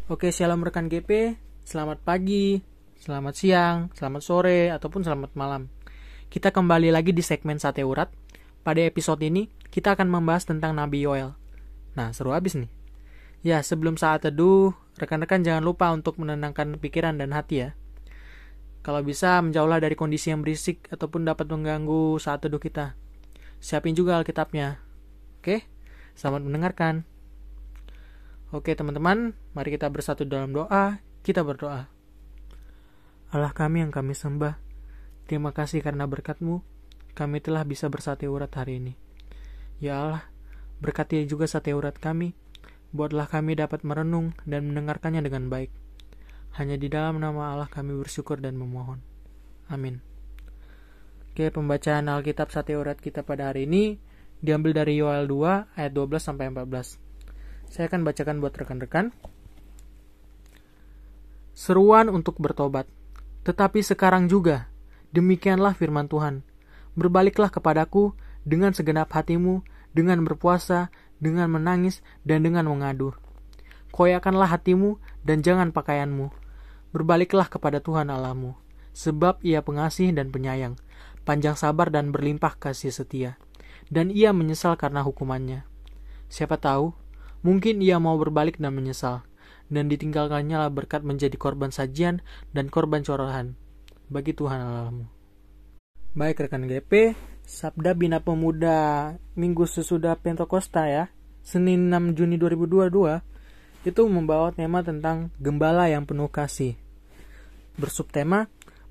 Oke, shalom rekan GP, selamat pagi, selamat siang, selamat sore, ataupun selamat malam. Kita kembali lagi di segmen Sate Urat. Pada episode ini, kita akan membahas tentang Nabi Yoel. Nah, seru abis nih. Ya, sebelum saat teduh, rekan-rekan jangan lupa untuk menenangkan pikiran dan hati ya. Kalau bisa, menjauhlah dari kondisi yang berisik ataupun dapat mengganggu saat teduh kita. Siapin juga Alkitabnya. Oke, selamat mendengarkan. Oke teman-teman, mari kita bersatu dalam doa, kita berdoa. Allah kami yang kami sembah, terima kasih karena berkat-Mu, kami telah bisa bersate urat hari ini. Ya Allah, berkati juga sate urat kami, buatlah kami dapat merenung dan mendengarkannya dengan baik. Hanya di dalam nama Allah kami bersyukur dan memohon. Amin. Oke, pembacaan Alkitab sate urat kita pada hari ini diambil dari Yoel 2 ayat 12-14. Saya akan bacakan buat rekan-rekan. Seruan untuk bertobat. Tetapi sekarang juga, demikianlah firman Tuhan. Berbaliklah kepadaku dengan segenap hatimu, dengan berpuasa, dengan menangis, dan dengan mengadu. Koyakanlah hatimu dan jangan pakaianmu. Berbaliklah kepada Tuhan Allahmu, sebab Ia pengasih dan penyayang, panjang sabar dan berlimpah kasih setia, dan Ia menyesal karena hukumannya. Siapa tahu, mungkin ia mau berbalik dan menyesal, dan ditinggalkannya lah berkat menjadi korban sajian dan korban corohan bagi Tuhan Allahmu. Baik rekan GP, Sabda Bina Pemuda minggu sesudah Pentakosta ya, Senin 6 Juni 2022, itu membawa tema tentang gembala yang penuh kasih. Bersubtema,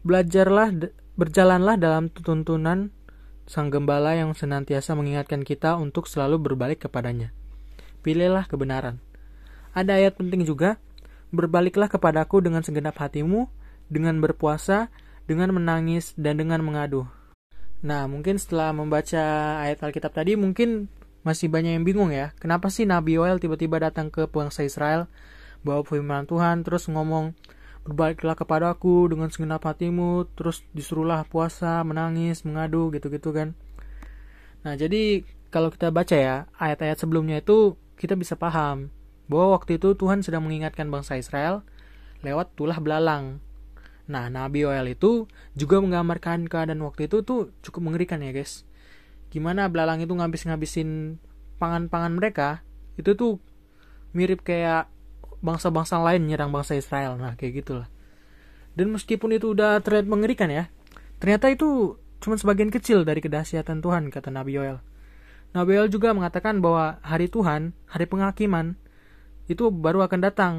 berjalanlah dalam tuntunan Sang Gembala yang senantiasa mengingatkan kita untuk selalu berbalik kepadanya. Pilihlah kebenaran. Ada ayat penting juga, berbaliklah kepadaku dengan segenap hatimu, dengan berpuasa, dengan menangis, dan dengan mengadu. Nah, mungkin setelah membaca ayat Alkitab tadi, mungkin masih banyak yang bingung ya. Kenapa sih Nabi Yoel tiba-tiba datang ke bangsa Israel, bawa firman Tuhan, terus ngomong, berbaliklah kepadaku dengan segenap hatimu, terus disuruhlah puasa, menangis, mengadu, gitu-gitu kan. Nah, jadi kalau kita baca ya, ayat-ayat sebelumnya itu kita bisa paham bahwa waktu itu Tuhan sedang mengingatkan bangsa Israel lewat tulah belalang. Nah, Nabi Yoel itu juga menggambarkan keadaan waktu itu tuh cukup mengerikan ya guys. Gimana belalang itu ngabisin pangan-pangan mereka, itu tuh mirip kayak bangsa-bangsa lain nyerang bangsa Israel. Nah, kayak gitulah. Dan meskipun itu udah terlihat mengerikan ya, ternyata itu cuma sebagian kecil dari kedahsyatan Tuhan, kata Nabi Yoel. Nabi Yoel juga mengatakan bahwa hari Tuhan, hari penghakiman, itu baru akan datang.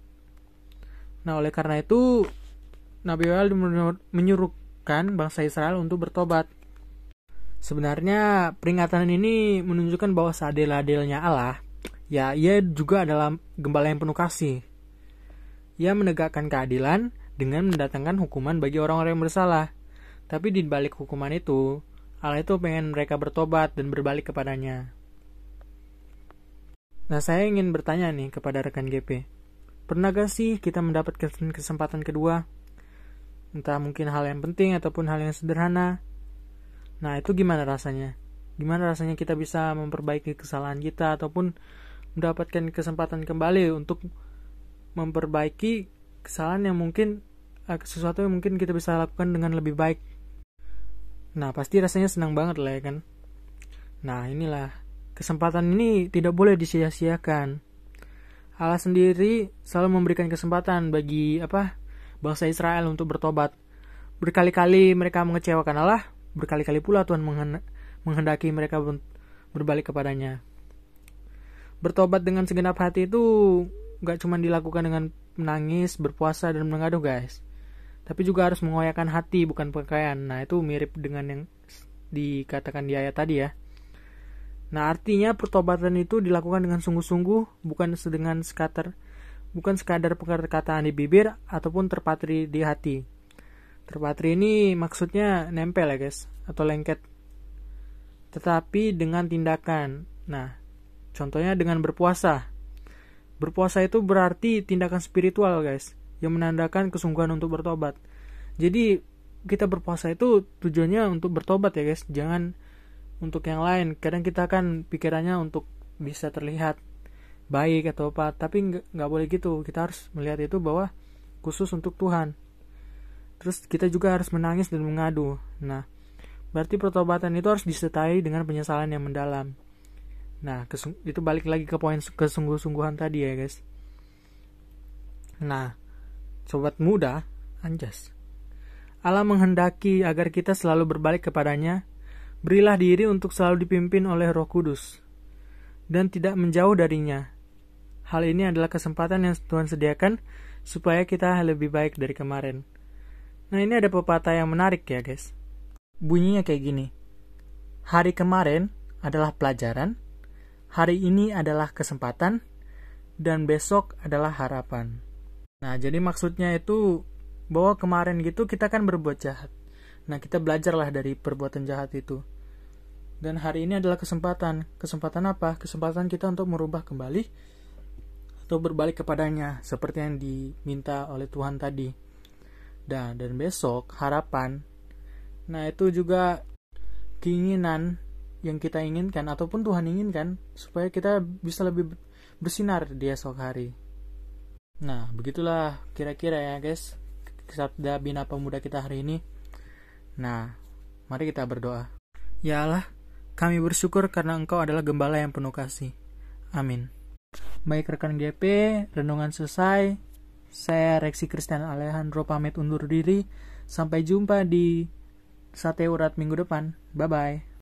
Nah, oleh karena itu, Nabi Yoel menyuruhkan bangsa Israel untuk bertobat. Sebenarnya, peringatan ini menunjukkan bahwa seadil-adilnya Allah, ya ia juga adalah gembala yang penuh kasih. Ia menegakkan keadilan dengan mendatangkan hukuman bagi orang-orang yang bersalah. Tapi di balik hukuman itu, Allah itu pengen mereka bertobat dan berbalik kepadanya. Nah, saya ingin bertanya nih kepada rekan GP. Pernah gak sih kita mendapatkan kesempatan kedua? Entah mungkin hal yang penting ataupun hal yang sederhana. Nah, itu gimana rasanya? Gimana rasanya kita bisa memperbaiki kesalahan kita ataupun mendapatkan kesempatan kembali untuk memperbaiki kesalahan yang mungkin sesuatu yang mungkin kita bisa lakukan dengan lebih baik. Nah, pasti rasanya senang banget lah ya kan. Nah, inilah, kesempatan ini tidak boleh disia-siakan. Allah sendiri selalu memberikan kesempatan bagi bangsa Israel untuk bertobat. Berkali-kali mereka mengecewakan Allah, berkali-kali pula Tuhan menghendaki mereka berbalik kepadanya. Bertobat dengan segenap hati itu gak cuma dilakukan dengan menangis, berpuasa, dan mengadu guys. Tapi juga harus mengoyakkan hati, bukan pakaian. Nah, itu mirip dengan yang dikatakan di ayat tadi ya. Nah, artinya pertobatan itu dilakukan dengan sungguh-sungguh, bukan sekadar perkataan di bibir ataupun terpatri di hati. Terpatri ini maksudnya nempel ya guys, atau lengket. Tetapi dengan tindakan. Nah, contohnya dengan berpuasa. Berpuasa itu berarti tindakan spiritual guys, yang menandakan kesungguhan untuk bertobat. Jadi kita berpuasa itu tujuannya untuk bertobat ya guys, jangan untuk yang lain. Kadang kita kan pikirannya untuk bisa terlihat, baik atau apa, tapi nggak boleh gitu. Kita harus melihat itu bahwa khusus untuk Tuhan. Terus kita juga harus menangis dan mengadu. Nah, berarti pertobatan itu harus disertai dengan penyesalan yang mendalam. Nah, itu balik lagi ke poin kesungguh-sungguhan tadi ya guys. Nah, sobat muda, anjas, Allah menghendaki agar kita selalu berbalik kepadanya. Berilah diri untuk selalu dipimpin oleh Roh Kudus dan tidak menjauh darinya. Hal ini adalah kesempatan yang Tuhan sediakan supaya kita lebih baik dari kemarin. Nah, ini ada pepatah yang menarik ya guys. Bunyinya kayak gini. Hari kemarin adalah pelajaran, hari ini adalah kesempatan, dan besok adalah harapan. Nah, jadi maksudnya itu bahwa kemarin gitu kita kan berbuat jahat. Nah, kita belajarlah dari perbuatan jahat itu. Dan hari ini adalah kesempatan. Kesempatan apa? Kesempatan kita untuk merubah kembali atau berbalik kepadanya seperti yang diminta oleh Tuhan tadi. Dan besok harapan. Nah, itu juga keinginan yang kita inginkan ataupun Tuhan inginkan supaya kita bisa lebih bersinar di esok hari. Nah, begitulah kira-kira ya guys sabda Bina Pemuda kita hari ini. Nah, mari kita berdoa. Ya Allah, kami bersyukur karena Engkau adalah gembala yang penuh kasih. Amin. Baik rekan GP, renungan selesai. Saya Reksi Kristian Alejandro pamit undur diri. Sampai jumpa di Sate Urat minggu depan. Bye-bye.